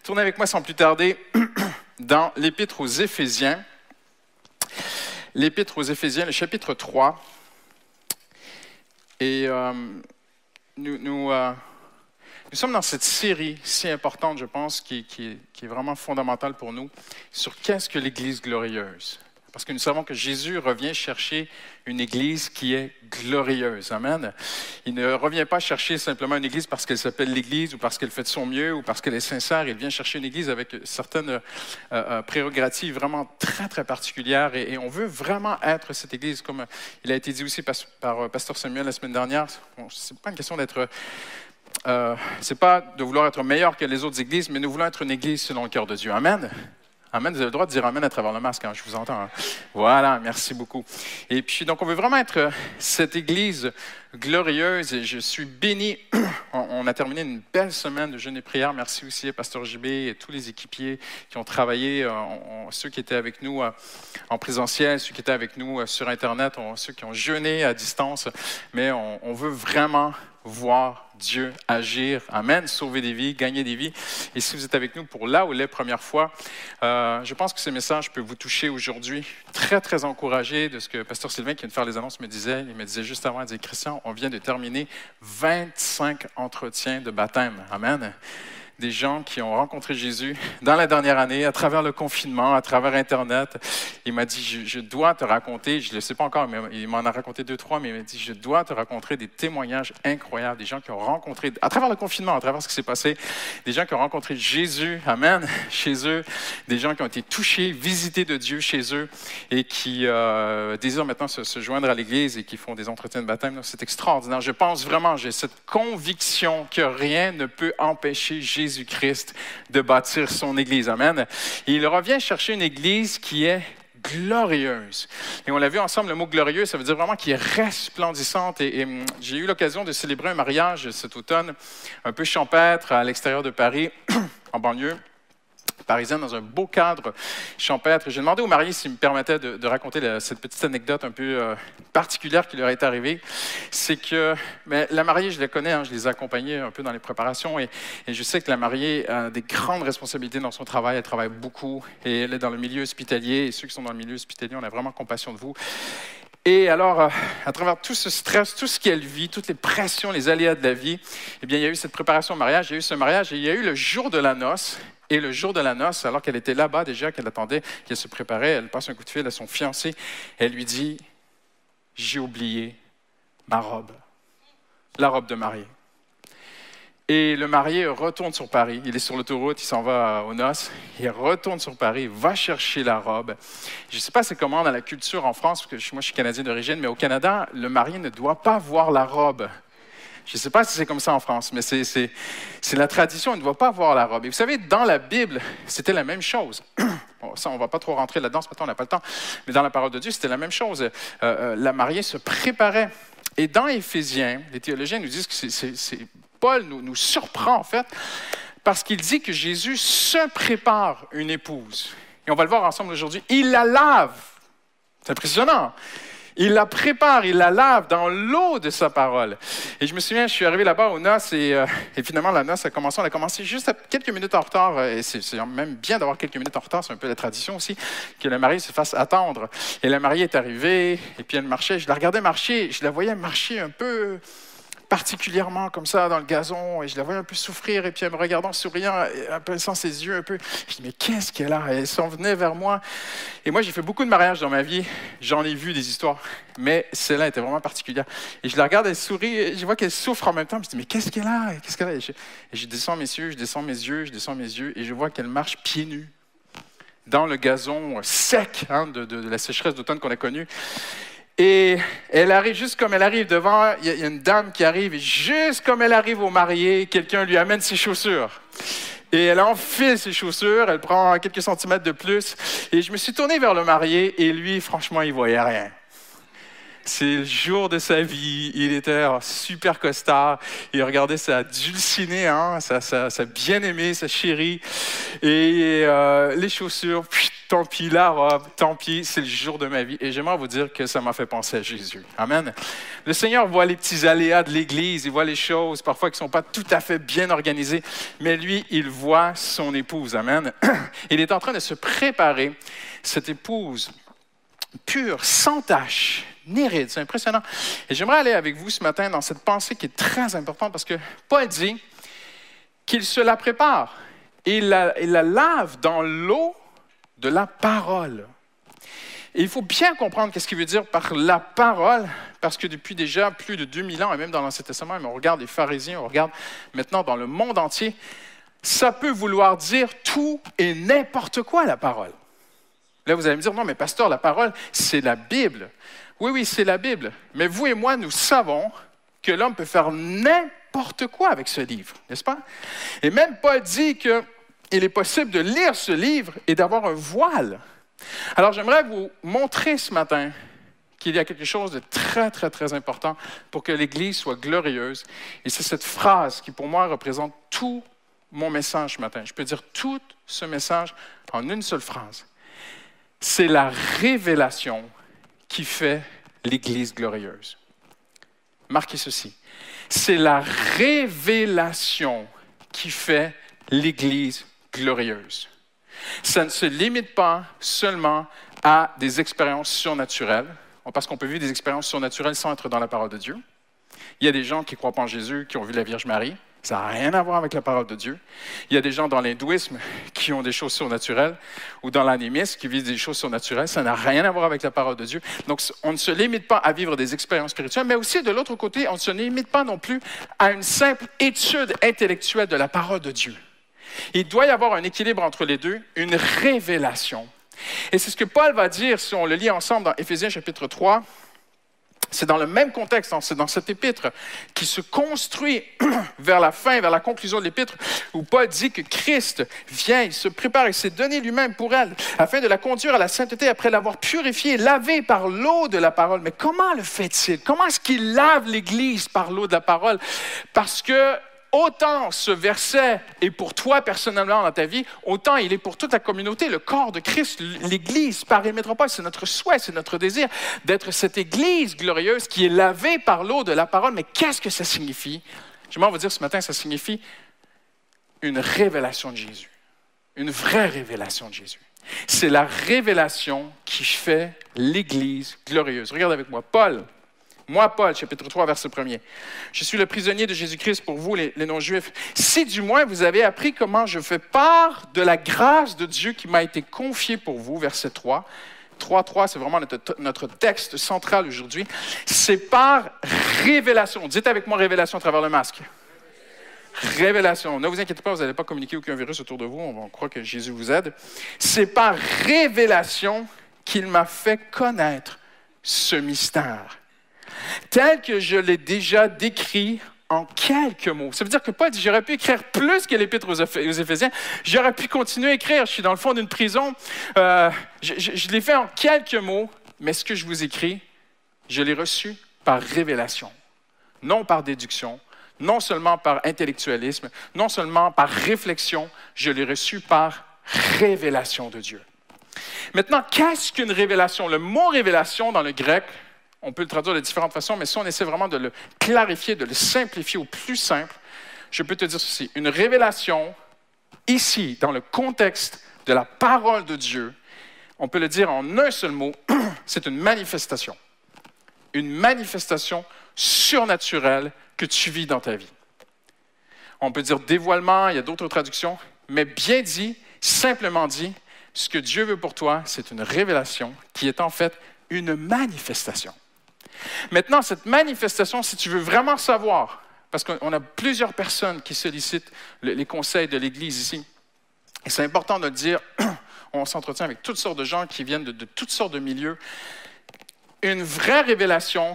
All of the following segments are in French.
tournez avec moi sans plus tarder dans l'Épître aux Éphésiens. L'Épître aux Éphésiens, le chapitre 3. Et nous sommes dans cette série si importante, je pense, qui est vraiment fondamentale pour nous, sur qu'est-ce que l'Église glorieuse. Parce que nous savons que Jésus revient chercher une Église qui est glorieuse. Amen. Il ne revient pas chercher simplement une Église parce qu'elle s'appelle l'Église ou parce qu'elle fait de son mieux ou parce qu'elle est sincère. Il vient chercher une Église avec certaines prérogatives vraiment très, très particulières. Et on veut vraiment être cette Église, comme il a été dit aussi par Pasteur Samuel la semaine dernière. Bon, ce n'est pas une question d'être... c'est pas de vouloir être meilleur que les autres églises, mais nous voulons être une Église selon le cœur de Dieu. Amen. Amen, vous avez le droit de dire Amen à travers le masque, hein, je vous entends. Hein. Voilà, merci beaucoup. Et puis, donc, on veut vraiment être cette Église glorieuse et je suis béni. On a terminé une belle semaine de jeûne et prière. Merci aussi à Pasteur JB et tous les équipiers qui ont travaillé, ceux qui étaient avec nous en présentiel, ceux qui étaient avec nous sur Internet, ceux qui ont jeûné à distance. Mais on veut vraiment voir Dieu agir, amen, sauver des vies, gagner des vies. Et si vous êtes avec nous pour là ou les premières fois, je pense que ce message peut vous toucher aujourd'hui. Très, très encouragé de ce que Pasteur Sylvain, qui vient de faire les annonces, me disait. Il me disait juste avant, il disait, Christian, on vient de terminer 25 entretiens de baptême, amen. Des gens qui ont rencontré Jésus dans la dernière année, à travers le confinement, à travers Internet. Il m'a dit, je dois te raconter, je ne le sais pas encore, mais il m'en a raconté 2-3, mais il m'a dit, je dois te raconter des témoignages incroyables, des gens qui ont rencontré, à travers le confinement, à travers ce qui s'est passé, des gens qui ont rencontré Jésus, amen, chez eux, des gens qui ont été touchés, visités de Dieu chez eux et qui désirent maintenant se joindre à l'Église et qui font des entretiens de baptême. Donc, c'est extraordinaire. Je pense vraiment, j'ai cette conviction que rien ne peut empêcher Jésus-Christ de bâtir son Église. Amen. Et il revient chercher une Église qui est glorieuse. Et on l'a vu ensemble, le mot glorieux, ça veut dire vraiment qui est resplendissante. Et j'ai eu l'occasion de célébrer un mariage cet automne, un peu champêtre, à l'extérieur de Paris, en banlieue parisienne, dans un beau cadre champêtre. J'ai demandé au marié s'il me permettait de raconter cette petite anecdote un peu particulière qui leur est arrivée. C'est que la mariée, je la connais, hein, je les ai accompagnés un peu dans les préparations et je sais que la mariée a des grandes responsabilités dans son travail. Elle travaille beaucoup et elle est dans le milieu hospitalier. Et ceux qui sont dans le milieu hospitalier, on a vraiment compassion de vous. Et alors, à travers tout ce stress, tout ce qu'elle vit, toutes les pressions, les aléas de la vie, eh bien, il y a eu cette préparation au mariage, il y a eu ce mariage et il y a eu le jour de la noce. Et le jour de la noce, alors qu'elle était là-bas déjà, qu'elle attendait, qu'elle se préparait, elle passe un coup de fil à son fiancé. Elle lui dit, « J'ai oublié ma robe, la robe de mariée. » Et le marié retourne sur Paris. Il est sur l'autoroute, il s'en va aux noces. Il retourne sur Paris, va chercher la robe. Je ne sais pas c'est comment dans la culture en France, parce que moi je suis Canadien d'origine, mais au Canada, le marié ne doit pas voir la robe. Je ne sais pas si c'est comme ça en France, mais c'est la tradition, il ne doit pas voir la robe. Et vous savez, dans la Bible, c'était la même chose. Bon, ça, on ne va pas trop rentrer là-dedans, ce matin, on n'a pas le temps. Mais dans la parole de Dieu, c'était la même chose. La mariée se préparait. Et dans Éphésiens, les théologiens nous disent que Paul nous surprend, en fait, parce qu'il dit que Jésus se prépare une épouse. Et on va le voir ensemble aujourd'hui. Il la lave. C'est impressionnant. Il la prépare, il la lave dans l'eau de sa parole. Et je me souviens, je suis arrivé là-bas aux noces et finalement, la noce a commencé. On a commencé juste à quelques minutes en retard. Et c'est même bien d'avoir quelques minutes en retard. C'est un peu la tradition aussi, que le marié se fasse attendre. Et la mariée est arrivée et puis elle marchait. Je la regardais marcher. Je la voyais marcher un peu particulièrement comme ça dans le gazon, et je la voyais un peu souffrir, et puis elle me regardant, souriant, un peu sans ses yeux, un peu. Je dis, mais qu'est-ce qu'elle a? Elle s'en venait vers moi. Et moi, j'ai fait beaucoup de mariages dans ma vie, j'en ai vu des histoires, mais celle-là était vraiment particulière. Et je la regarde, elle sourit, et je vois qu'elle souffre en même temps, je me dis, mais qu'est-ce qu'elle a? Qu'est-ce qu'elle a? Et je descends mes yeux, je descends mes yeux, je descends mes yeux, et je vois qu'elle marche pieds nus dans le gazon sec de la sécheresse d'automne qu'on a connue. Et elle arrive, juste comme elle arrive devant, il y a une dame qui arrive, et juste comme elle arrive au marié, quelqu'un lui amène ses chaussures. Et elle enfile ses chaussures, elle prend quelques centimètres de plus. Et je me suis tourné vers le marié, et lui, franchement, il ne voyait rien. C'est le jour de sa vie, il était super costard, il regardait sa dulcinée, sa bien-aimée, sa chérie, et les chaussures tant pis la robe, tant pis, c'est le jour de ma vie. Et j'aimerais vous dire que ça m'a fait penser à Jésus. Amen. Le Seigneur voit les petits aléas de l'Église, il voit les choses parfois qui ne sont pas tout à fait bien organisées, mais lui, il voit son épouse. Amen. Il est en train de se préparer, cette épouse pure, sans tache, ni ride. C'est impressionnant. Et j'aimerais aller avec vous ce matin dans cette pensée qui est très importante parce que Paul dit qu'il se la prépare. Et il la lave dans l'eau de la parole. Et il faut bien comprendre ce qu'il veut dire par la parole, parce que depuis déjà plus de 2000 ans, et même dans l'Ancien Testament, on regarde les pharisiens, on regarde maintenant dans le monde entier, ça peut vouloir dire tout et n'importe quoi, la parole. Là, vous allez me dire, non, mais pasteur, la parole, c'est la Bible. Oui, oui, c'est la Bible. Mais vous et moi, nous savons que l'homme peut faire n'importe quoi avec ce livre, n'est-ce pas? Et même Paul dit qu'il est possible de lire ce livre et d'avoir un voile. Alors, j'aimerais vous montrer ce matin qu'il y a quelque chose de très, très, très important pour que l'Église soit glorieuse. Et c'est cette phrase qui, pour moi, représente tout mon message ce matin. Je peux dire tout ce message en une seule phrase. C'est la révélation qui fait l'Église glorieuse. Marquez ceci. C'est la révélation qui fait l'Église glorieuse. Ça ne se limite pas seulement à des expériences surnaturelles, parce qu'on peut vivre des expériences surnaturelles sans être dans la parole de Dieu. Il y a des gens qui ne croient pas en Jésus, qui ont vu la Vierge Marie. Ça n'a rien à voir avec la parole de Dieu. Il y a des gens dans l'hindouisme qui ont des choses surnaturelles, ou dans l'animisme qui vivent des choses surnaturelles. Ça n'a rien à voir avec la parole de Dieu. Donc, on ne se limite pas à vivre des expériences spirituelles, mais aussi, de l'autre côté, on ne se limite pas non plus à une simple étude intellectuelle de la parole de Dieu. Il doit y avoir un équilibre entre les deux, une révélation. Et c'est ce que Paul va dire, si on le lit ensemble dans Éphésiens chapitre 3, c'est dans le même contexte, c'est dans cet épître qui se construit vers la fin, vers la conclusion de l'épître, où Paul dit que Christ vient, il se prépare, il s'est donné lui-même pour elle, afin de la conduire à la sainteté après l'avoir purifiée, lavée par l'eau de la parole. Mais comment le fait-il? Comment est-ce qu'il lave l'Église par l'eau de la parole? Parce que autant ce verset est pour toi personnellement dans ta vie, autant il est pour toute la communauté, le corps de Christ, l'Église, Paris Métropole. C'est notre souhait, c'est notre désir d'être cette Église glorieuse qui est lavée par l'eau de la parole. Mais qu'est-ce que ça signifie? J'aimerais vous dire ce matin, ça signifie une révélation de Jésus, une vraie révélation de Jésus. C'est la révélation qui fait l'Église glorieuse. Regarde avec moi, Paul. Moi, Paul, chapitre 3, verset 1er. Je suis le prisonnier de Jésus-Christ pour vous, les non-juifs. Si du moins vous avez appris comment je fais part de la grâce de Dieu qui m'a été confiée pour vous, verset 3. 3.3, c'est vraiment notre texte central aujourd'hui. C'est par révélation. Dites avec moi révélation à travers le masque. Révélation. Ne vous inquiétez pas, vous n'allez pas communiquer aucun virus autour de vous. On croit que Jésus vous aide. C'est par révélation qu'il m'a fait connaître ce mystère, tel que je l'ai déjà décrit en quelques mots. Ça veut dire que Paul dit, j'aurais pu écrire plus que l'Épître aux Éphésiens, j'aurais pu continuer à écrire, je suis dans le fond d'une prison, je l'ai fait en quelques mots, mais ce que je vous écris, je l'ai reçu par révélation, non par déduction, non seulement par intellectualisme, non seulement par réflexion, je l'ai reçu par révélation de Dieu. Maintenant, qu'est-ce qu'une révélation? Le mot révélation dans le grec, on peut le traduire de différentes façons, mais si on essaie vraiment de le clarifier, de le simplifier au plus simple, je peux te dire ceci. Une révélation, ici, dans le contexte de la parole de Dieu, on peut le dire en un seul mot, c'est une manifestation. Une manifestation surnaturelle que tu vis dans ta vie. On peut dire dévoilement, il y a d'autres traductions, mais bien dit, simplement dit, ce que Dieu veut pour toi, c'est une révélation qui est en fait une manifestation. Maintenant, cette manifestation, si tu veux vraiment savoir, parce qu'on a plusieurs personnes qui sollicitent les conseils de l'Église ici, et c'est important de le dire, on s'entretient avec toutes sortes de gens qui viennent de toutes sortes de milieux. Une vraie révélation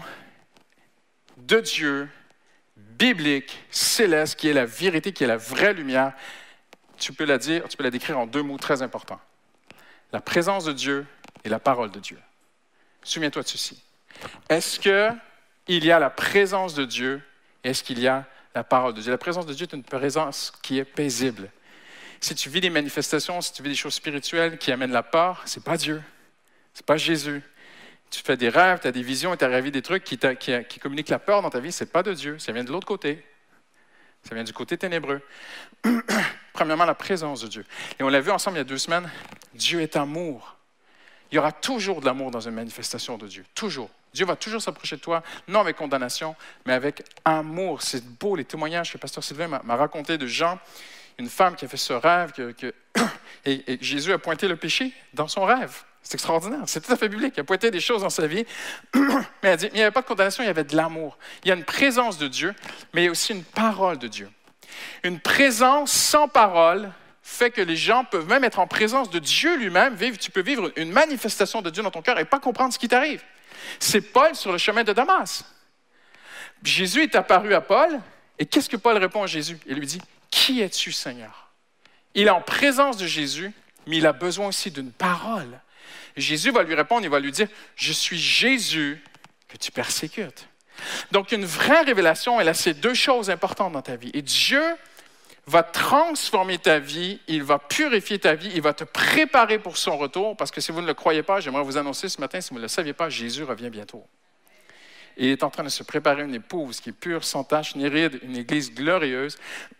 de Dieu, biblique, céleste, qui est la vérité, qui est la vraie lumière, tu peux la décrire en deux mots très importants. La présence de Dieu et la parole de Dieu. Souviens-toi de ceci. Est-ce qu'il y a la présence de Dieu et est-ce qu'il y a la parole de Dieu? La présence de Dieu est une présence qui est paisible, Si tu vis des manifestations, si tu vis des choses spirituelles qui amènent la peur, ce n'est pas Dieu, ce n'est pas Jésus. Tu fais des rêves, tu as des visions, tu as rêvé des trucs qui communiquent la peur dans ta vie, ce n'est pas de Dieu, ça vient de l'autre côté. Ça vient du côté ténébreux. Premièrement, la présence de Dieu. Et on l'a vu ensemble il y a 2 semaines, Dieu est amour. Il y aura toujours de l'amour dans une manifestation de Dieu, toujours. Dieu va toujours s'approcher de toi, non avec condamnation, mais avec amour. C'est beau, les témoignages que Pasteur Sylvain m'a raconté de Jean, une femme qui a fait ce rêve, et Jésus a pointé le péché dans son rêve. C'est extraordinaire, c'est tout à fait biblique. Il a pointé des choses dans sa vie, mais elle a dit, il n'y avait pas de condamnation, il y avait de l'amour. Il y a une présence de Dieu, mais il y a aussi une parole de Dieu. Une présence sans parole fait que les gens peuvent même être en présence de Dieu lui-même. Tu peux vivre une manifestation de Dieu dans ton cœur et pas comprendre ce qui t'arrive. C'est Paul sur le chemin de Damas. Jésus est apparu à Paul, et qu'est-ce que Paul répond à Jésus? Il lui dit, « Qui es-tu, Seigneur? » Il est en présence de Jésus, mais il a besoin aussi d'une parole. Et Jésus va lui répondre, il va lui dire, « Je suis Jésus que tu persécutes. » Donc, une vraie révélation, elle a ces 2 choses importantes dans ta vie. Et Dieu va transformer ta vie, il va purifier ta vie, il va te préparer pour son retour, parce que si vous ne le croyez pas, j'aimerais vous annoncer ce matin, si vous ne le saviez pas, Jésus revient bientôt. Et il est en train de se préparer une épouse qui est pure, sans tache ni ride, une église glorieuse,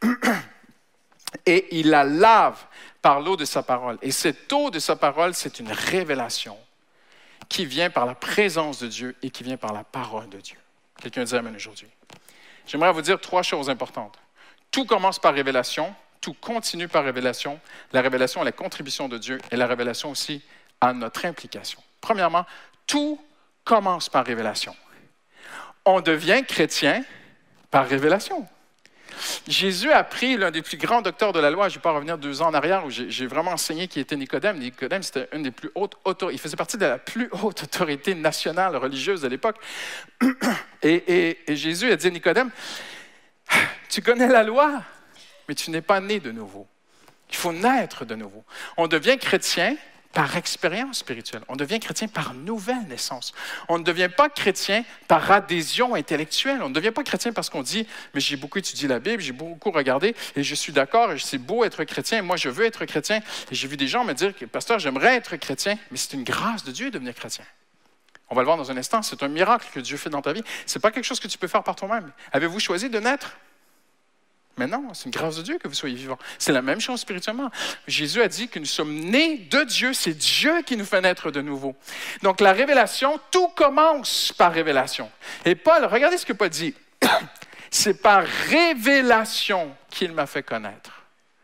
et il la lave par l'eau de sa parole. Et cette eau de sa parole, c'est une révélation qui vient par la présence de Dieu et qui vient par la parole de Dieu. Quelqu'un dit amen aujourd'hui. J'aimerais vous dire 3 choses importantes. Tout commence par révélation, tout continue par révélation. La révélation à la contribution de Dieu et la révélation aussi à notre implication. Premièrement, tout commence par révélation. On devient chrétien par révélation. Jésus a pris l'un des plus grands docteurs de la loi, je ne vais pas revenir 2 ans en arrière, où j'ai vraiment enseigné qui était Nicodème. Nicodème, c'était une des plus hautes autorités, il faisait partie de la plus haute autorité nationale religieuse de l'époque. Et Jésus a dit à Nicodème, tu connais la loi, mais tu n'es pas né de nouveau. Il faut naître de nouveau. On devient chrétien par expérience spirituelle. On devient chrétien par nouvelle naissance. On ne devient pas chrétien par adhésion intellectuelle. On ne devient pas chrétien parce qu'on dit « mais j'ai beaucoup étudié la Bible, j'ai beaucoup regardé et je suis d'accord et c'est beau être chrétien, moi je veux être chrétien. » Et j'ai vu des gens me dire « Pasteur, j'aimerais être chrétien. » Mais c'est une grâce de Dieu de devenir chrétien. On va le voir dans un instant, c'est un miracle que Dieu fait dans ta vie. Ce n'est pas quelque chose que tu peux faire par toi-même. Avez-vous choisi de naître? Mais non, c'est une grâce de Dieu que vous soyez vivants. C'est la même chose spirituellement. Jésus a dit que nous sommes nés de Dieu. C'est Dieu qui nous fait naître de nouveau. Donc la révélation, tout commence par révélation. Et Paul, regardez ce que Paul dit. C'est par révélation qu'il m'a fait connaître.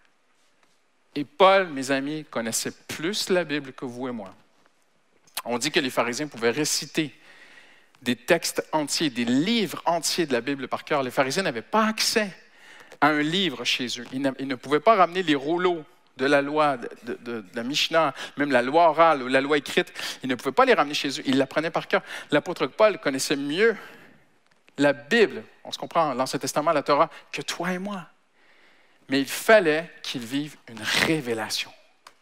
Et Paul, mes amis, connaissait plus la Bible que vous et moi. On dit que les pharisiens pouvaient réciter des textes entiers, des livres entiers de la Bible par cœur. Les pharisiens n'avaient pas accès à un livre chez eux. Ils ne pouvaient pas ramener les rouleaux de la loi, de la Mishnah, même la loi orale ou la loi écrite. Ils ne pouvaient pas les ramener chez eux. Ils l'apprenaient par cœur. L'apôtre Paul connaissait mieux la Bible, on se comprend, l'Ancien Testament, la Torah, que toi et moi. Mais il fallait qu'il vive une révélation.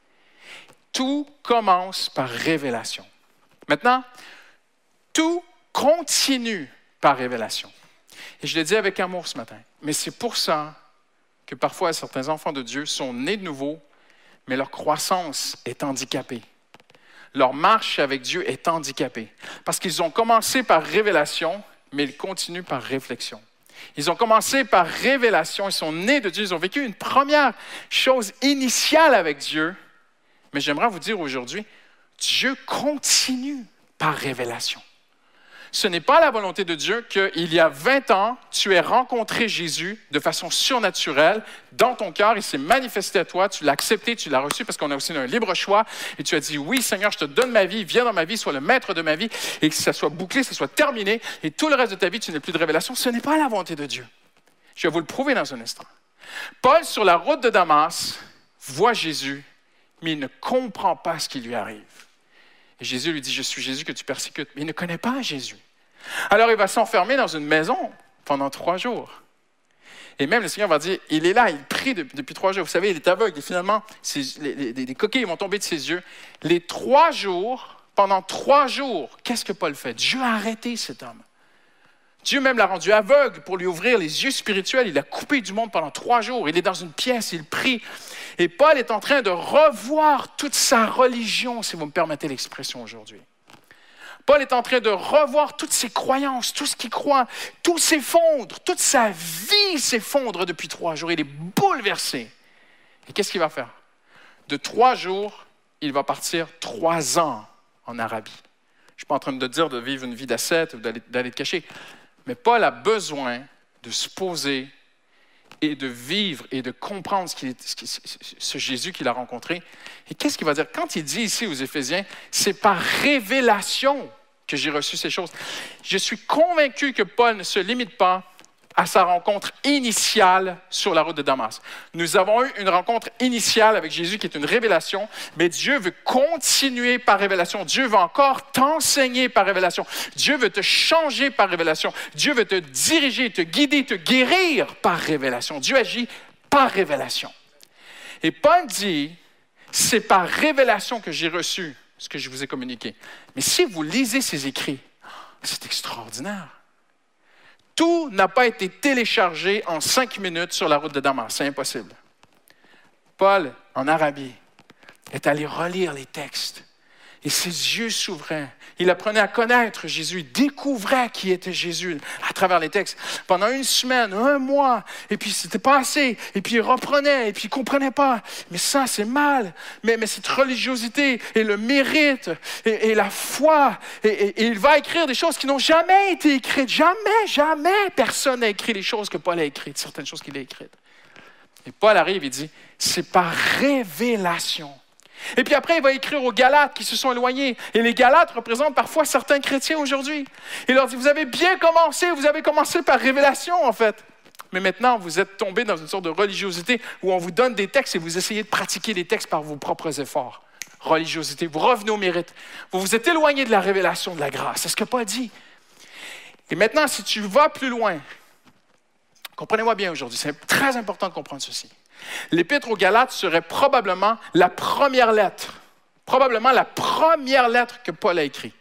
Tout commence par révélation. Maintenant, tout continue par révélation. Et je le dis avec amour ce matin, mais c'est pour ça que parfois certains enfants de Dieu sont nés de nouveau, mais leur croissance est handicapée. Leur marche avec Dieu est handicapée. Parce qu'ils ont commencé par révélation, mais ils continuent par réflexion. Ils ont commencé par révélation, ils sont nés de Dieu, ils ont vécu une première chose initiale avec Dieu. Mais j'aimerais vous dire aujourd'hui, Dieu continue par révélation. Ce n'est pas la volonté de Dieu qu'il y a 20 ans, tu aies rencontré Jésus de façon surnaturelle dans ton cœur, il s'est manifesté à toi, tu l'as accepté, tu l'as reçu parce qu'on a aussi un libre choix et tu as dit « Oui, Seigneur, je te donne ma vie, viens dans ma vie, sois le maître de ma vie et que ça soit bouclé, ça soit terminé et tout le reste de ta vie, tu n'aies plus de révélation. » Ce n'est pas la volonté de Dieu. Je vais vous le prouver dans un instant. Paul, sur la route de Damas, voit Jésus, mais il ne comprend pas ce qui lui arrive. Et Jésus lui dit, je suis Jésus que tu persécutes. Mais il ne connaît pas Jésus. Alors il va s'enfermer dans une maison pendant 3 jours. Et même le Seigneur va dire, il est là, il prie depuis 3 jours. Vous savez, il est aveugle et finalement, des coquilles vont tomber de ses yeux. Les 3 jours, pendant 3 jours, qu'est-ce que Paul fait? Dieu a arrêté cet homme. Dieu même l'a rendu aveugle pour lui ouvrir les yeux spirituels. Il l'a coupé du monde pendant 3 jours. Il est dans une pièce, il prie. Et Paul est en train de revoir toute sa religion, si vous me permettez l'expression aujourd'hui. Paul est en train de revoir toutes ses croyances, tout ce qu'il croit, tout s'effondre, toute sa vie s'effondre depuis 3 jours. Il est bouleversé. Et qu'est-ce qu'il va faire? De 3 jours, il va partir 3 ans en Arabie. Je ne suis pas en train de dire de vivre une vie d'ascète ou d'aller te cacher. Mais Paul a besoin de se poser et de vivre et de comprendre ce Jésus qu'il a rencontré. Et qu'est-ce qu'il va dire? Quand il dit ici aux Éphésiens, c'est par révélation que j'ai reçu ces choses. Je suis convaincu que Paul ne se limite pas à sa rencontre initiale sur la route de Damas. Nous avons eu une rencontre initiale avec Jésus qui est une révélation, mais Dieu veut continuer par révélation. Dieu veut encore t'enseigner par révélation. Dieu veut te changer par révélation. Dieu veut te diriger, te guider, te guérir par révélation. Dieu agit par révélation. Et Paul dit, c'est par révélation que j'ai reçu ce que je vous ai communiqué. Mais si vous lisez ces écrits, c'est extraordinaire. Tout n'a pas été téléchargé en 5 minutes sur la route de Damas. C'est impossible. Paul, en Arabie, est allé relire les textes. Et ses yeux s'ouvraient. Il apprenait à connaître Jésus. Il découvrait qui était Jésus à travers les textes. Pendant 1 semaine, 1 mois, et puis c'était pas assez. Et puis il reprenait, et puis il ne comprenait pas. Mais ça, c'est mal. Mais cette religiosité et le mérite et la foi. Et il va écrire des choses qui n'ont jamais été écrites. Jamais personne n'a écrit les choses que Paul a écrites, certaines choses qu'il a écrites. Et Paul arrive et dit, c'est par révélation. Et puis après, il va écrire aux Galates qui se sont éloignés. Et les Galates représentent parfois certains chrétiens aujourd'hui. Il leur dit, vous avez bien commencé, vous avez commencé par révélation en fait. Mais maintenant, vous êtes tombés dans une sorte de religiosité où on vous donne des textes et vous essayez de pratiquer les textes par vos propres efforts. Religiosité, vous revenez au mérite. Vous vous êtes éloignés de la révélation de la grâce. C'est ce que Paul dit. Et maintenant, si tu vas plus loin, comprenez-moi bien aujourd'hui, c'est très important de comprendre ceci. L'Épître aux Galates serait probablement la première lettre que Paul a écrite.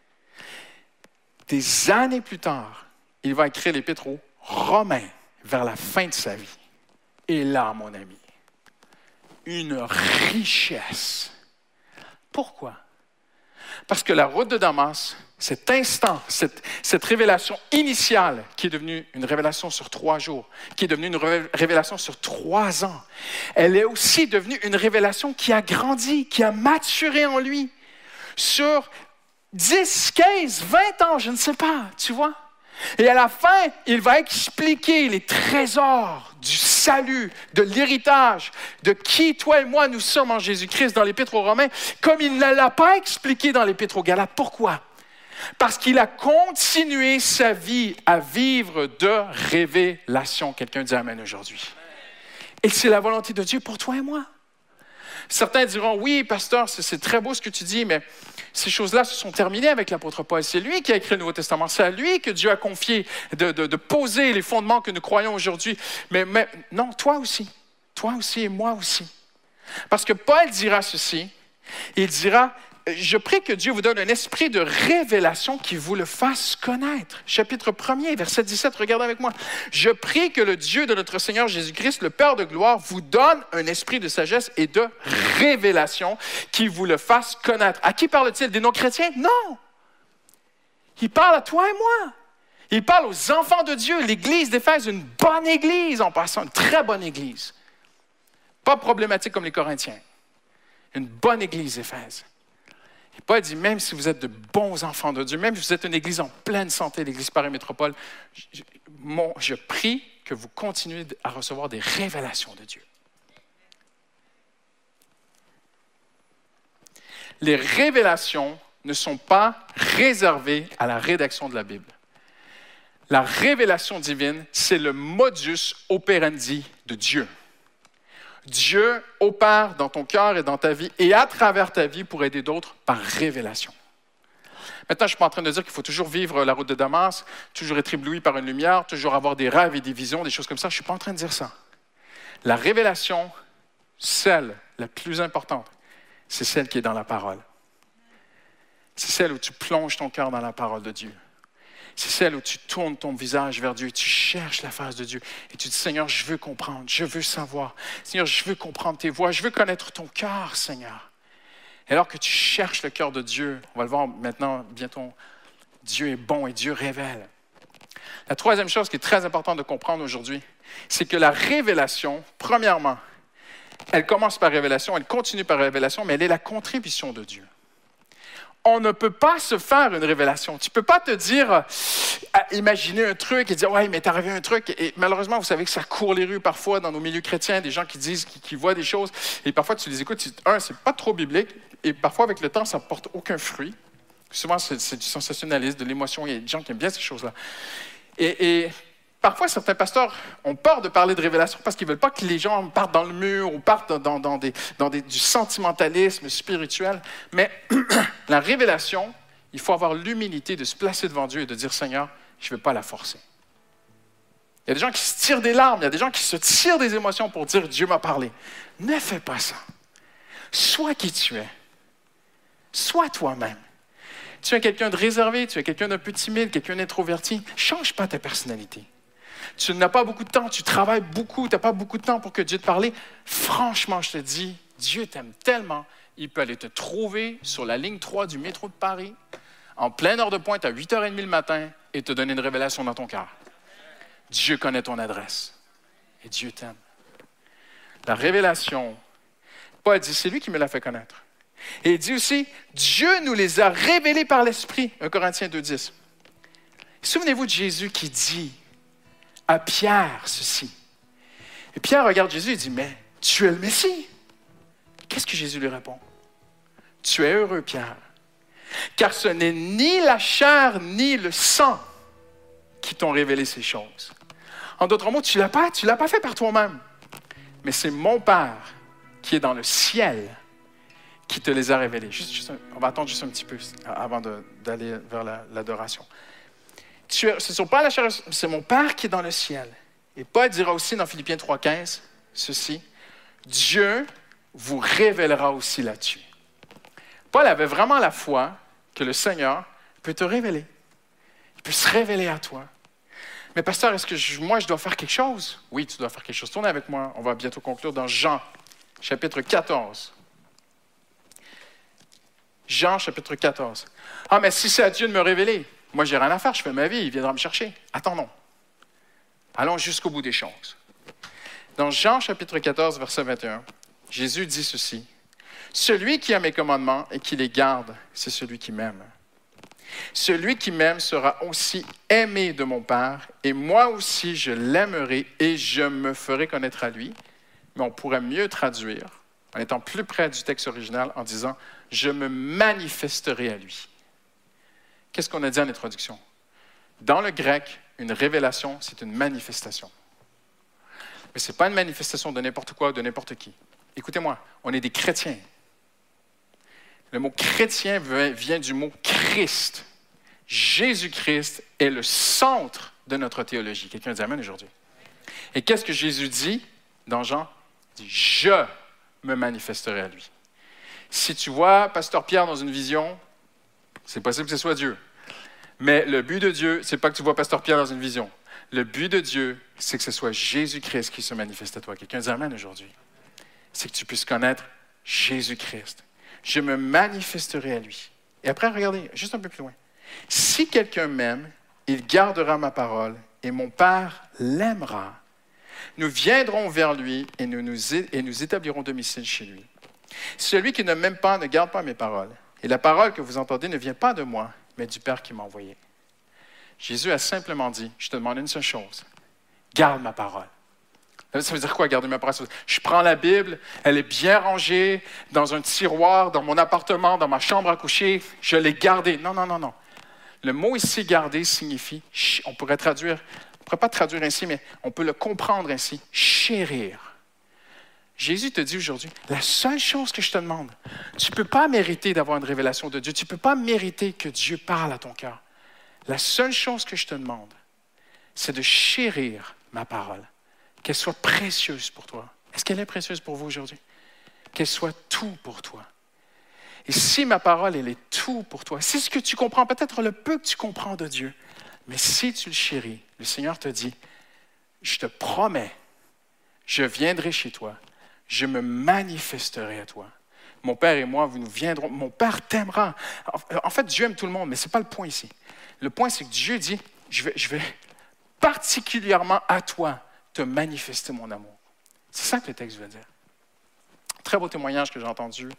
Des années plus tard, il va écrire l'Épître aux Romains vers la fin de sa vie. Et là, mon ami, une richesse. Pourquoi? Parce que la route de Damas, cet instant, cette révélation initiale qui est devenue une révélation sur 3 jours, qui est devenue une révélation sur 3 ans, elle est aussi devenue une révélation qui a grandi, qui a maturé en lui sur 10, 15, 20 ans, je ne sais pas, tu vois? Et à la fin, il va expliquer les trésors du salut, de l'héritage, de qui toi et moi nous sommes en Jésus-Christ dans l'Épître aux Romains, comme il ne l'a pas expliqué dans l'Épître aux Galates. Pourquoi? Parce qu'il a continué sa vie à vivre de révélation. Quelqu'un dit Amen aujourd'hui. Et c'est la volonté de Dieu pour toi et moi. Certains diront, oui, pasteur, c'est très beau ce que tu dis, mais ces choses-là se sont terminées avec l'apôtre Paul. C'est lui qui a écrit le Nouveau Testament. C'est à lui que Dieu a confié de poser les fondements que nous croyons aujourd'hui. Mais non, toi aussi et moi aussi. Parce que Paul dira ceci, il dira, je prie que Dieu vous donne un esprit de révélation qui vous le fasse connaître. Chapitre 1er, verset 17, regardez avec moi. Je prie que le Dieu de notre Seigneur Jésus-Christ, le Père de gloire, vous donne un esprit de sagesse et de révélation qui vous le fasse connaître. À qui parle-t-il? Des non-chrétiens? Non! Il parle à toi et moi. Il parle aux enfants de Dieu. L'Église d'Éphèse, une bonne Église en passant, une très bonne Église. Pas problématique comme les Corinthiens. Une bonne Église d'Éphèse. Et Paul dit, même si vous êtes de bons enfants de Dieu, même si vous êtes une église en pleine santé, l'église Paris Métropole, je prie que vous continuez à recevoir des révélations de Dieu. Les révélations ne sont pas réservées à la rédaction de la Bible. La révélation divine, c'est le modus operandi de Dieu. Dieu opère dans ton cœur et dans ta vie et à travers ta vie pour aider d'autres par révélation. Maintenant, je ne suis pas en train de dire qu'il faut toujours vivre la route de Damas, toujours être ébloui par une lumière, toujours avoir des rêves et des visions, des choses comme ça. Je ne suis pas en train de dire ça. La révélation, celle la plus importante, c'est celle qui est dans la parole. C'est celle où tu plonges ton cœur dans la parole de Dieu. c'est celle où tu tournes ton visage vers Dieu et tu cherches la face de Dieu. Et tu dis, Seigneur, je veux comprendre, je veux savoir. Seigneur, je veux comprendre tes voies, je veux connaître ton cœur, Seigneur. Et alors que tu cherches le cœur de Dieu, on va le voir maintenant, bientôt, Dieu est bon et Dieu révèle. La troisième chose qui est très importante de comprendre aujourd'hui, c'est que la révélation, premièrement, elle commence par révélation, elle continue par révélation, mais elle est la contribution de Dieu. On ne peut pas se faire une révélation. Tu ne peux pas te dire, imaginer un truc et dire, ouais, mais t'es arrivé un truc. Et malheureusement, vous savez que ça court les rues parfois dans nos milieux chrétiens, des gens qui disent, qui voient des choses. Et parfois, tu les écoutes, c'est pas trop biblique. Et parfois, avec le temps, ça ne porte aucun fruit. Souvent, c'est du sensationnalisme, de l'émotion. Il y a des gens qui aiment bien ces choses-là. Et parfois, certains pasteurs ont peur de parler de révélation parce qu'ils ne veulent pas que les gens partent dans le mur ou partent dans du sentimentalisme spirituel. Mais la révélation, il faut avoir l'humilité de se placer devant Dieu et de dire, Seigneur, je ne veux pas la forcer. Il y a des gens qui se tirent des larmes, il y a des gens qui se tirent des émotions pour dire, Dieu m'a parlé. Ne fais pas ça. Sois qui tu es. Sois toi-même. Tu es quelqu'un de réservé, tu es quelqu'un d'un peu timide, quelqu'un d'introverti. Ne change pas ta personnalité. Tu n'as pas beaucoup de temps, tu travailles beaucoup, tu n'as pas beaucoup de temps pour que Dieu te parle. Franchement, je te dis, Dieu t'aime tellement, il peut aller te trouver sur la ligne 3 du métro de Paris, en pleine heure de pointe à 8h30 le matin, et te donner une révélation dans ton cœur. Dieu connaît ton adresse et Dieu t'aime. La révélation, Paul dit, c'est lui qui me l'a fait connaître. Et il dit aussi, Dieu nous les a révélés par l'Esprit, 1 Corinthiens 2,10. Souvenez-vous de Jésus qui dit à Pierre ceci. Et Pierre regarde Jésus et dit, mais tu es le Messie. Qu'est-ce que Jésus lui répond? Tu es heureux, Pierre, car ce n'est ni la chair ni le sang qui t'ont révélé ces choses. En d'autres mots, tu l'as pas fait par toi-même, mais c'est mon Père qui est dans le ciel qui te les a révélés. On va attendre juste un petit peu avant d'aller vers l'adoration. Ce ne sont pas la chair, c'est mon Père qui est dans le ciel. Et Paul dira aussi dans Philippiens 3,15 ceci, Dieu vous révélera aussi là-dessus. Paul avait vraiment la foi que le Seigneur peut te révéler. Il peut se révéler à toi. Mais pasteur, est-ce que moi je dois faire quelque chose? Oui, tu dois faire quelque chose. Tournez avec moi, on va bientôt conclure dans Jean, chapitre 14. Jean, chapitre 14. Ah, mais si c'est à Dieu de me révéler, moi, j'ai rien à faire, je fais ma vie, il viendra me chercher. Attendons. Allons jusqu'au bout des choses. Dans Jean, chapitre 14, verset 21, Jésus dit ceci. « Celui qui a mes commandements et qui les garde, c'est celui qui m'aime. Celui qui m'aime sera aussi aimé de mon Père, et moi aussi je l'aimerai et je me ferai connaître à lui. » Mais on pourrait mieux traduire, en étant plus près du texte original, en disant « Je me manifesterai à lui. » Qu'est-ce qu'on a dit en introduction? Dans le grec, une révélation, c'est une manifestation. Mais ce n'est pas une manifestation de n'importe quoi ou de n'importe qui. Écoutez-moi, on est des chrétiens. Le mot chrétien vient du mot Christ. Jésus-Christ est le centre de notre théologie. Quelqu'un dit amen aujourd'hui. Et qu'est-ce que Jésus dit dans Jean? Il dit, je me manifesterai à lui. Si tu vois Pasteur Pierre dans une vision, c'est possible que ce soit Dieu. Mais le but de Dieu, ce n'est pas que tu vois Pasteur Pierre dans une vision. Le but de Dieu, c'est que ce soit Jésus-Christ qui se manifeste à toi. Quelqu'un dit amen aujourd'hui. C'est que tu puisses connaître Jésus-Christ. Je me manifesterai à lui. Et après, regardez, juste un peu plus loin. Si quelqu'un m'aime, il gardera ma parole et mon Père l'aimera. Nous viendrons vers lui et nous établirons domicile chez lui. Celui qui ne m'aime pas ne garde pas mes paroles. Et la parole que vous entendez ne vient pas de moi, mais du Père qui m'a envoyé. Jésus a simplement dit, je te demande une seule chose, garde ma parole. Ça veut dire quoi, garder ma parole? Je prends la Bible, elle est bien rangée dans un tiroir, dans mon appartement, dans ma chambre à coucher, je l'ai gardée. Non, non, non, non. Le mot ici, garder, signifie, on pourrait pas traduire ainsi, mais on peut le comprendre ainsi, chérir. Jésus te dit aujourd'hui, la seule chose que je te demande, tu ne peux pas mériter d'avoir une révélation de Dieu, tu ne peux pas mériter que Dieu parle à ton cœur. La seule chose que je te demande, c'est de chérir ma parole, qu'elle soit précieuse pour toi. Est-ce qu'elle est précieuse pour vous aujourd'hui? Qu'elle soit tout pour toi. Et si ma parole, elle est tout pour toi, c'est ce que tu comprends, peut-être le peu que tu comprends de Dieu, Mais si tu le chéris, le Seigneur te dit, je te promets, je viendrai chez toi, je me manifesterai à toi. Mon Père et moi, nous viendrons. Mon Père t'aimera. En fait, Dieu aime tout le monde, mais ce n'est pas le point ici. Le point, c'est que Dieu dit, je vais particulièrement à toi te manifester mon amour. C'est ça que le texte veut dire. Très beau témoignage que j'ai entendu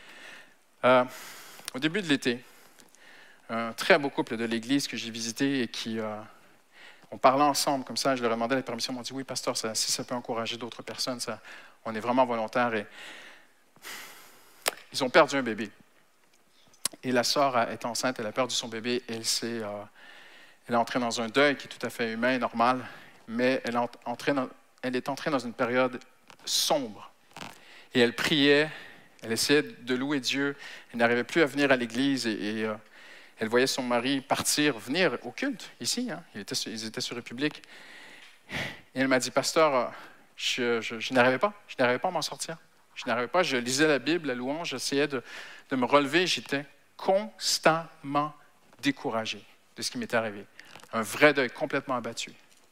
au début de l'été. Un très beau couple de l'Église que j'ai visité et qui ont parlé ensemble comme ça. Je leur ai demandé la permission. Ils m'ont dit, oui, pasteur, si ça peut encourager d'autres personnes, on est vraiment volontaires. Et ils ont perdu un bébé. Et la sœur est enceinte, elle a perdu son bébé. Elle est entrée dans un deuil qui est tout à fait humain et normal, mais elle est entrée dans une période sombre. Et elle priait, elle essayait de louer Dieu. Elle n'arrivait plus à venir à l'église et elle voyait son mari venir au culte, ici. Hein. Ils étaient sur République. Et elle m'a dit, pasteur, je n'arrivais pas à m'en sortir. Je n'arrivais pas, je lisais la Bible, la louange, j'essayais de me relever. J'étais constamment découragé de ce qui m'était arrivé. Un vrai deuil, complètement abattu.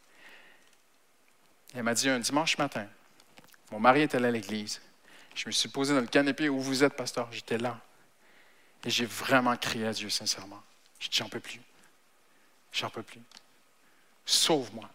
Elle m'a dit un dimanche matin, mon mari était allé à l'église. Je me suis posé dans le canapé où vous êtes, pasteur. J'étais là. Et j'ai vraiment crié à Dieu, sincèrement. J'ai dit, j'en peux plus. J'en peux plus. Sauve-moi.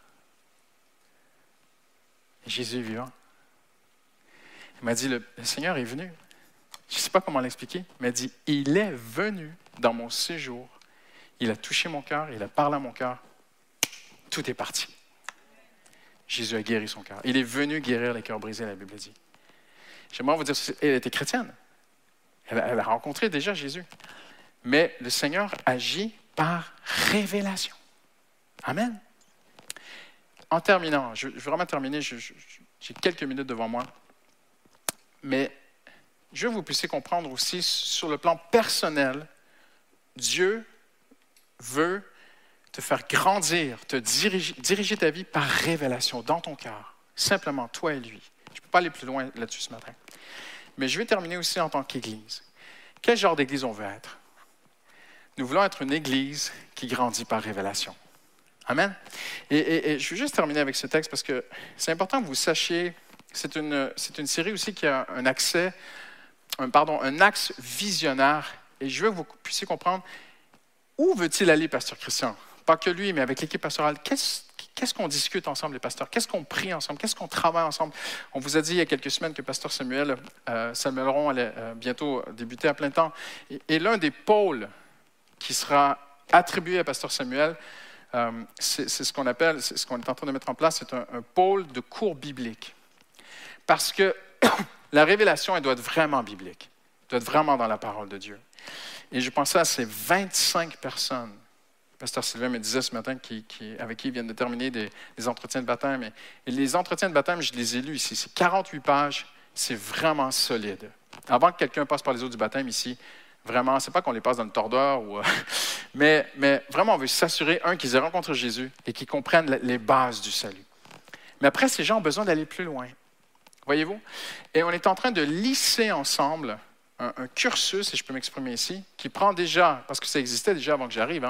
Et Jésus est vivant. Il m'a dit, le Seigneur est venu. Je ne sais pas comment l'expliquer, mais il m'a dit, il est venu dans mon séjour. Il a touché mon cœur, il a parlé à mon cœur. Tout est parti. Jésus a guéri son cœur. Il est venu guérir les cœurs brisés, la Bible dit. J'aimerais vous dire, elle était chrétienne. Elle a rencontré déjà Jésus. Mais le Seigneur agit par révélation. Amen. En terminant, je vais vraiment terminer, j'ai quelques minutes devant moi. Mais je veux que vous puissiez comprendre aussi, sur le plan personnel, Dieu veut te faire grandir, te diriger ta vie par révélation dans ton cœur. Simplement, toi et lui. Je ne peux pas aller plus loin là-dessus ce matin. Mais je vais terminer aussi en tant qu'Église. Quel genre d'Église on veut être? Nous voulons être une Église qui grandit par révélation. Amen. Et je vais juste terminer avec ce texte parce que c'est important que vous sachiez, c'est une série aussi qui a un axe visionnaire. Et je veux que vous puissiez comprendre où veut-il aller, pasteur Christian? Pas que lui, mais avec l'équipe pastorale. Qu'est-ce qu'on discute ensemble, les pasteurs? Qu'est-ce qu'on prie ensemble? Qu'est-ce qu'on travaille ensemble? On vous a dit il y a quelques semaines que pasteur Samuel Ron allait bientôt débuter à plein temps. Et l'un des pôles qui sera attribué à pasteur Samuel, c'est ce qu'on appelle, c'est ce qu'on est en train de mettre en place, c'est un pôle de cours bibliques. Parce que la révélation, elle doit être vraiment biblique. Elle doit être vraiment dans la parole de Dieu. Et je pensais à ces 25 personnes. Pasteur Sylvain me disait ce matin avec qui il vient de terminer des entretiens de baptême. Et les entretiens de baptême, je les ai lus ici. C'est 48 pages. C'est vraiment solide. Avant que quelqu'un passe par les eaux du baptême ici, vraiment, ce n'est pas qu'on les passe dans le tordeur, mais vraiment, on veut s'assurer, qu'ils aient rencontré Jésus et qu'ils comprennent les bases du salut. Mais après, ces gens ont besoin d'aller plus loin. Voyez-vous? Et on est en train de lisser ensemble un cursus, si je peux m'exprimer ici, qui prend déjà, parce que ça existait déjà avant que j'arrive,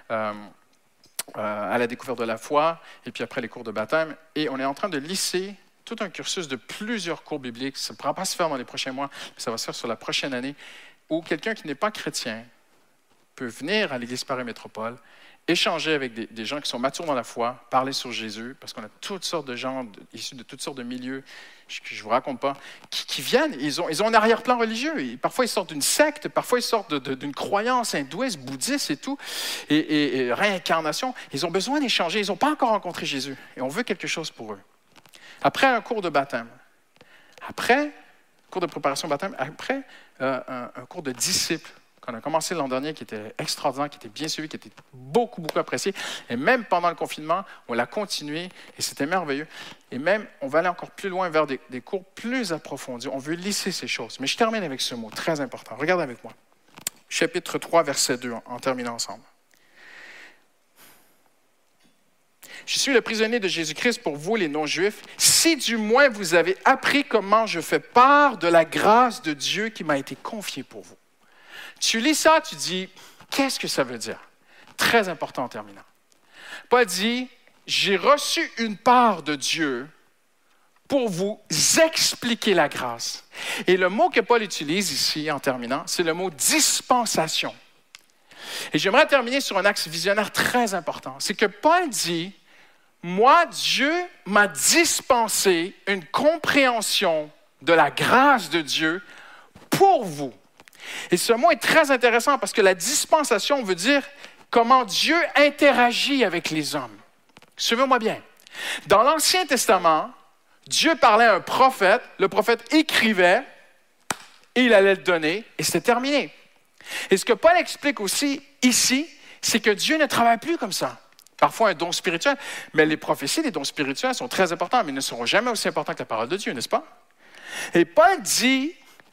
à la découverte de la foi, et puis après les cours de baptême, et on est en train de lisser tout un cursus de plusieurs cours bibliques. Ça ne pourra pas se faire dans les prochains mois, mais ça va se faire sur la prochaine année, où quelqu'un qui n'est pas chrétien peut venir à l'Église Paris Métropole, échanger avec des gens qui sont matures dans la foi, parler sur Jésus, parce qu'on a toutes sortes de gens issus de toutes sortes de milieux, que je ne vous raconte pas, qui viennent, ils ont un arrière-plan religieux. Et parfois, ils sortent d'une secte, parfois, ils sortent d'une croyance hindouiste, bouddhiste et tout, et réincarnation. Ils ont besoin d'échanger, ils n'ont pas encore rencontré Jésus. Et on veut quelque chose pour eux. Après un cours de baptême, après, cours de préparation au baptême, après un cours de disciples, qu'on a commencé l'an dernier, qui était extraordinaire, qui était bien suivi, qui était beaucoup, beaucoup apprécié. Et même pendant le confinement, on l'a continué et c'était merveilleux. Et même, on va aller encore plus loin vers des cours plus approfondis. On veut lisser ces choses. Mais je termine avec ce mot très important. Regardez avec moi. Chapitre 3, verset 2, en terminant ensemble. Je suis le prisonnier de Jésus-Christ pour vous, les non-juifs, si du moins vous avez appris comment je fais part de la grâce de Dieu qui m'a été confiée pour vous. Tu lis ça, tu dis, qu'est-ce que ça veut dire? Très important en terminant. Paul dit, j'ai reçu une part de Dieu pour vous expliquer la grâce. Et le mot que Paul utilise ici, en terminant, c'est le mot dispensation. Et j'aimerais terminer sur un axe visionnaire très important. C'est que Paul dit, moi, Dieu m'a dispensé une compréhension de la grâce de Dieu pour vous. Et ce mot est très intéressant parce que la dispensation veut dire comment Dieu interagit avec les hommes. Suivez-moi bien. Dans l'Ancien Testament, Dieu parlait à un prophète, le prophète écrivait, et il allait le donner, et c'était terminé. Et ce que Paul explique aussi ici, c'est que Dieu ne travaille plus comme ça. Parfois un don spirituel, mais les prophéties, les dons spirituels sont très importants, mais ils ne seront jamais aussi importants que la parole de Dieu, n'est-ce pas? Et Paul dit,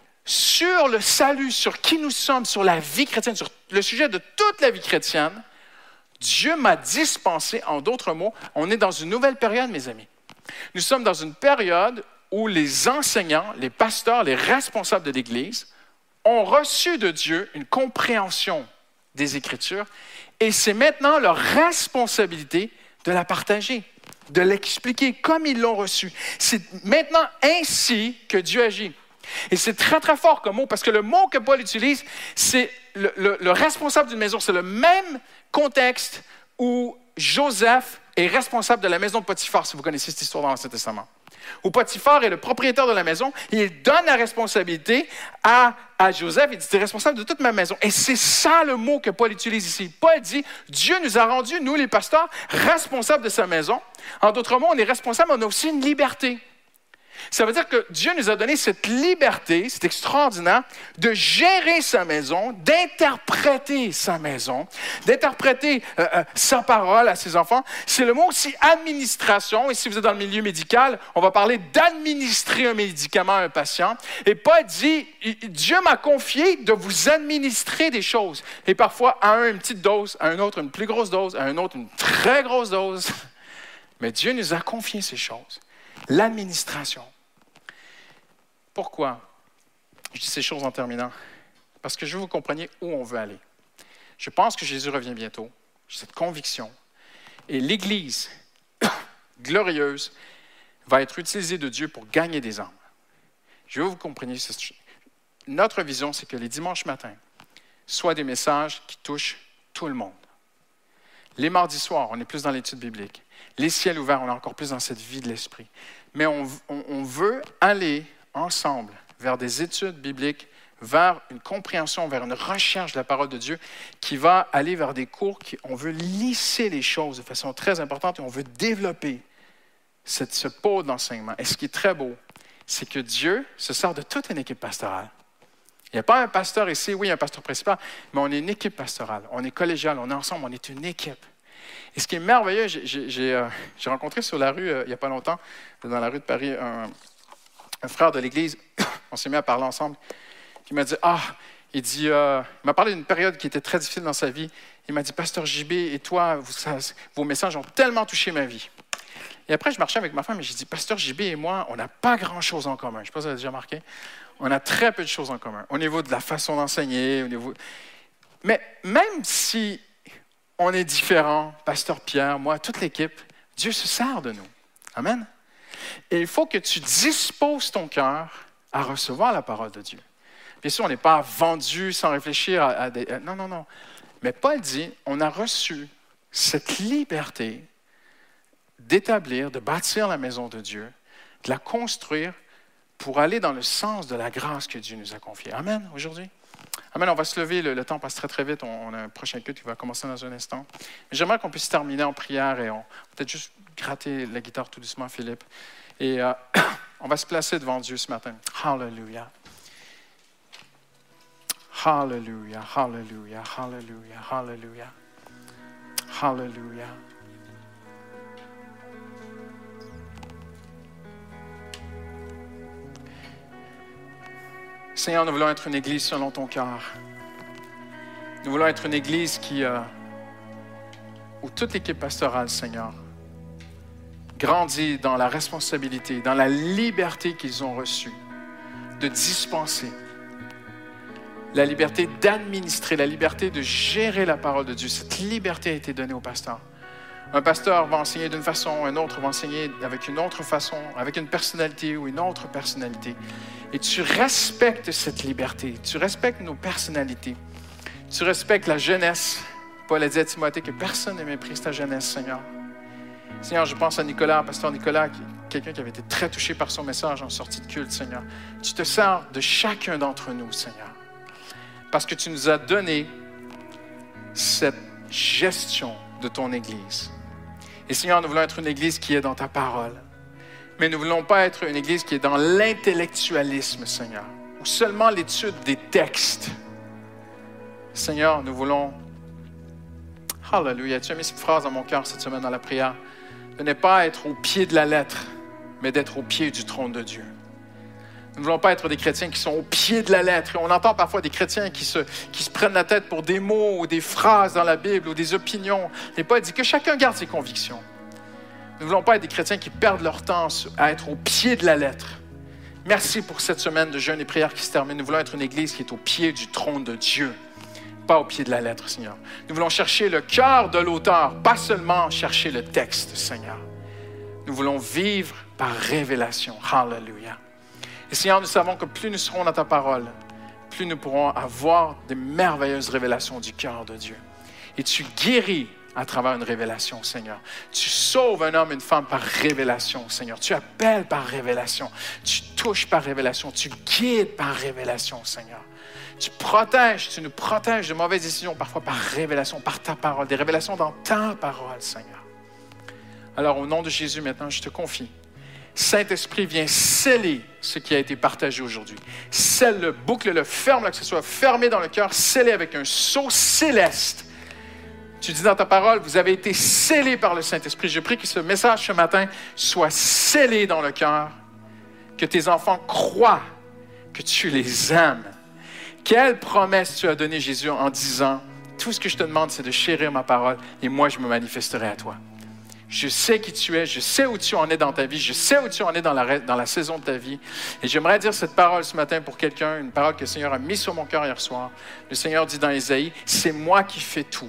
sur le salut, sur qui nous sommes, sur la vie chrétienne, sur le sujet de toute la vie chrétienne, Dieu m'a dispensé, en d'autres mots, on est dans une nouvelle période, mes amis. Nous sommes dans une période où les enseignants, les pasteurs, les responsables de l'Église ont reçu de Dieu une compréhension des Écritures et c'est maintenant leur responsabilité de la partager, de l'expliquer comme ils l'ont reçu. C'est maintenant ainsi que Dieu agit. Et c'est très, très fort comme mot parce que le mot que Paul utilise, c'est le responsable d'une maison. C'est le même contexte où Joseph est responsable de la maison de Potiphar, si vous connaissez cette histoire dans l'Ancien Testament. Où Potiphar est le propriétaire de la maison, et il donne la responsabilité à Joseph, il dit, tu es responsable de toute ma maison. Et c'est ça le mot que Paul utilise ici. Paul dit, Dieu nous a rendus, nous les pasteurs, responsables de sa maison. En d'autres mots, on est responsables, mais on a aussi une liberté. Ça veut dire que Dieu nous a donné cette liberté, c'est extraordinaire, de gérer sa maison, d'interpréter sa maison, d'interpréter sa parole à ses enfants. C'est le mot aussi administration. Et si vous êtes dans le milieu médical, on va parler d'administrer un médicament à un patient. Et Paul dit, Dieu m'a confié de vous administrer des choses. Et parfois, à un, une petite dose, à un autre, une plus grosse dose, à un autre, une très grosse dose. Mais Dieu nous a confié ces choses. L'administration. Pourquoi? Je dis ces choses en terminant. Parce que je veux que vous compreniez où on veut aller. Je pense que Jésus revient bientôt. J'ai cette conviction. Et l'Église glorieuse va être utilisée de Dieu pour gagner des âmes. Je veux que vous compreniez cette chose. Notre vision, c'est que les dimanches matins soient des messages qui touchent tout le monde. Les mardis soirs, on est plus dans l'étude biblique. Les ciels ouverts, on est encore plus dans cette vie de l'esprit. Mais on veut aller ensemble vers des études bibliques, vers une compréhension, vers une recherche de la parole de Dieu qui va aller vers des cours on veut lisser les choses de façon très importante et on veut développer ce pôle d'enseignement. Et ce qui est très beau, c'est que Dieu se sert de toute une équipe pastorale. Il n'y a pas un pasteur ici, oui, un pasteur principal, mais on est une équipe pastorale. On est collégial, on est ensemble, on est une équipe. Et ce qui est merveilleux, j'ai rencontré sur la rue, il n'y a pas longtemps, dans la rue de Paris, un frère de l'Église. On s'est mis à parler ensemble. Il m'a dit, il m'a parlé d'une période qui était très difficile dans sa vie. Il m'a dit, Pasteur JB, et toi, vos messages ont tellement touché ma vie. Et après, je marchais avec ma femme et j'ai dit, Pasteur JB et moi, on n'a pas grand-chose en commun. Je ne sais pas si vous avez déjà remarqué. On a très peu de choses en commun. Au niveau de la façon d'enseigner, Mais même si on est différents, Pasteur Pierre, moi, toute l'équipe, Dieu se sert de nous. Amen. Et il faut que tu disposes ton cœur à recevoir la parole de Dieu. Bien sûr, on n'est pas vendu sans réfléchir à des... Non. Mais Paul dit, on a reçu cette liberté d'établir, de bâtir la maison de Dieu, de la construire pour aller dans le sens de la grâce que Dieu nous a confiée. Amen, aujourd'hui. Amen, on va se lever, le temps passe très très vite, on a un prochain culte qui va commencer dans un instant. Mais j'aimerais qu'on puisse terminer en prière et on peut-être juste gratter la guitare tout doucement, Philippe. Et on va se placer devant Dieu ce matin. Hallelujah. Hallelujah, hallelujah, hallelujah, hallelujah. Hallelujah. Seigneur, nous voulons être une église selon ton cœur. Nous voulons être une église où toute l'équipe pastorale, Seigneur, grandit dans la responsabilité, dans la liberté qu'ils ont reçue de dispenser, la liberté d'administrer, la liberté de gérer la parole de Dieu. Cette liberté a été donnée aux pasteurs Un pasteur va enseigner d'une façon, un autre va enseigner avec une autre façon, avec une personnalité ou une autre personnalité. Et tu respectes cette liberté, tu respectes nos personnalités, tu respectes la jeunesse. Paul a dit à Timothée que personne ne méprise ta jeunesse, Seigneur. Seigneur, je pense à Nicolas, pasteur Nicolas, quelqu'un qui avait été très touché par son message en sortie de culte, Seigneur. Tu te sers de chacun d'entre nous, Seigneur, parce que tu nous as donné cette gestion de ton Église. Et Seigneur, nous voulons être une Église qui est dans ta parole. Mais nous ne voulons pas être une Église qui est dans l'intellectualisme, Seigneur, ou seulement l'étude des textes. Seigneur, nous voulons... Alléluia, tu as mis cette phrase dans mon cœur cette semaine dans la prière. De ne pas être au pied de la lettre, mais d'être au pied du trône de Dieu. Nous ne voulons pas être des chrétiens qui sont au pied de la lettre. Et on entend parfois des chrétiens qui se prennent la tête pour des mots ou des phrases dans la Bible ou des opinions. Et Paul dit que chacun garde ses convictions. Nous ne voulons pas être des chrétiens qui perdent leur temps à être au pied de la lettre. Merci pour cette semaine de jeûne et prière qui se termine. Nous voulons être une Église qui est au pied du trône de Dieu, pas au pied de la lettre, Seigneur. Nous voulons chercher le cœur de l'auteur, pas seulement chercher le texte, Seigneur. Nous voulons vivre par révélation. Hallelujah. Et Seigneur, nous savons que plus nous serons dans ta parole, plus nous pourrons avoir des merveilleuses révélations du cœur de Dieu. Et tu guéris à travers une révélation, Seigneur. Tu sauves un homme, une femme par révélation, Seigneur. Tu appelles par révélation. Tu touches par révélation. Tu guides par révélation, Seigneur. Tu protèges, tu nous protèges de mauvaises décisions, parfois par révélation, par ta parole, des révélations dans ta parole, Seigneur. Alors, au nom de Jésus, maintenant, je te confie. Saint-Esprit, viens sceller ce qui a été partagé aujourd'hui. Scelle-le, boucle-le, ferme-le, que ce soit fermé dans le cœur, scellé avec un sceau céleste. Tu dis dans ta parole, vous avez été scellés par le Saint-Esprit. Je prie que ce message ce matin soit scellé dans le cœur, que tes enfants croient que tu les aimes. Quelle promesse tu as donnée, Jésus, en disant, tout ce que je te demande, c'est de chérir ma parole et moi, je me manifesterai à toi. Je sais qui tu es, je sais où tu en es dans ta vie, je sais où tu en es dans la saison de ta vie. Et j'aimerais dire cette parole ce matin pour quelqu'un, une parole que le Seigneur a mise sur mon cœur hier soir. Le Seigneur dit dans Ésaïe, c'est moi qui fais tout.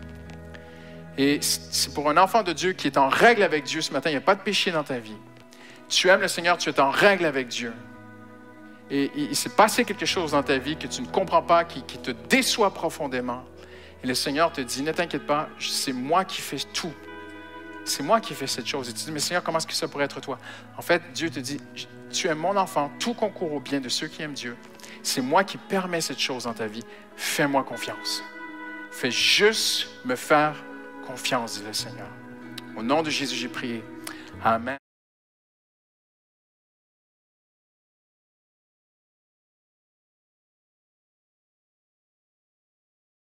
Et c'est pour un enfant de Dieu qui est en règle avec Dieu ce matin, il n'y a pas de péché dans ta vie. Tu aimes le Seigneur, tu es en règle avec Dieu. Et il s'est passé quelque chose dans ta vie que tu ne comprends pas, qui te déçoit profondément. Et le Seigneur te dit, ne t'inquiète pas, c'est moi qui fais tout. C'est moi qui fais cette chose. Et tu dis, mais Seigneur, comment est-ce que ça pourrait être toi? En fait, Dieu te dit, tu es mon enfant, tout concourt au bien de ceux qui aiment Dieu. C'est moi qui permets cette chose dans ta vie. Fais-moi confiance. Fais juste me faire confiance, dit le Seigneur. Au nom de Jésus, j'ai prié. Amen.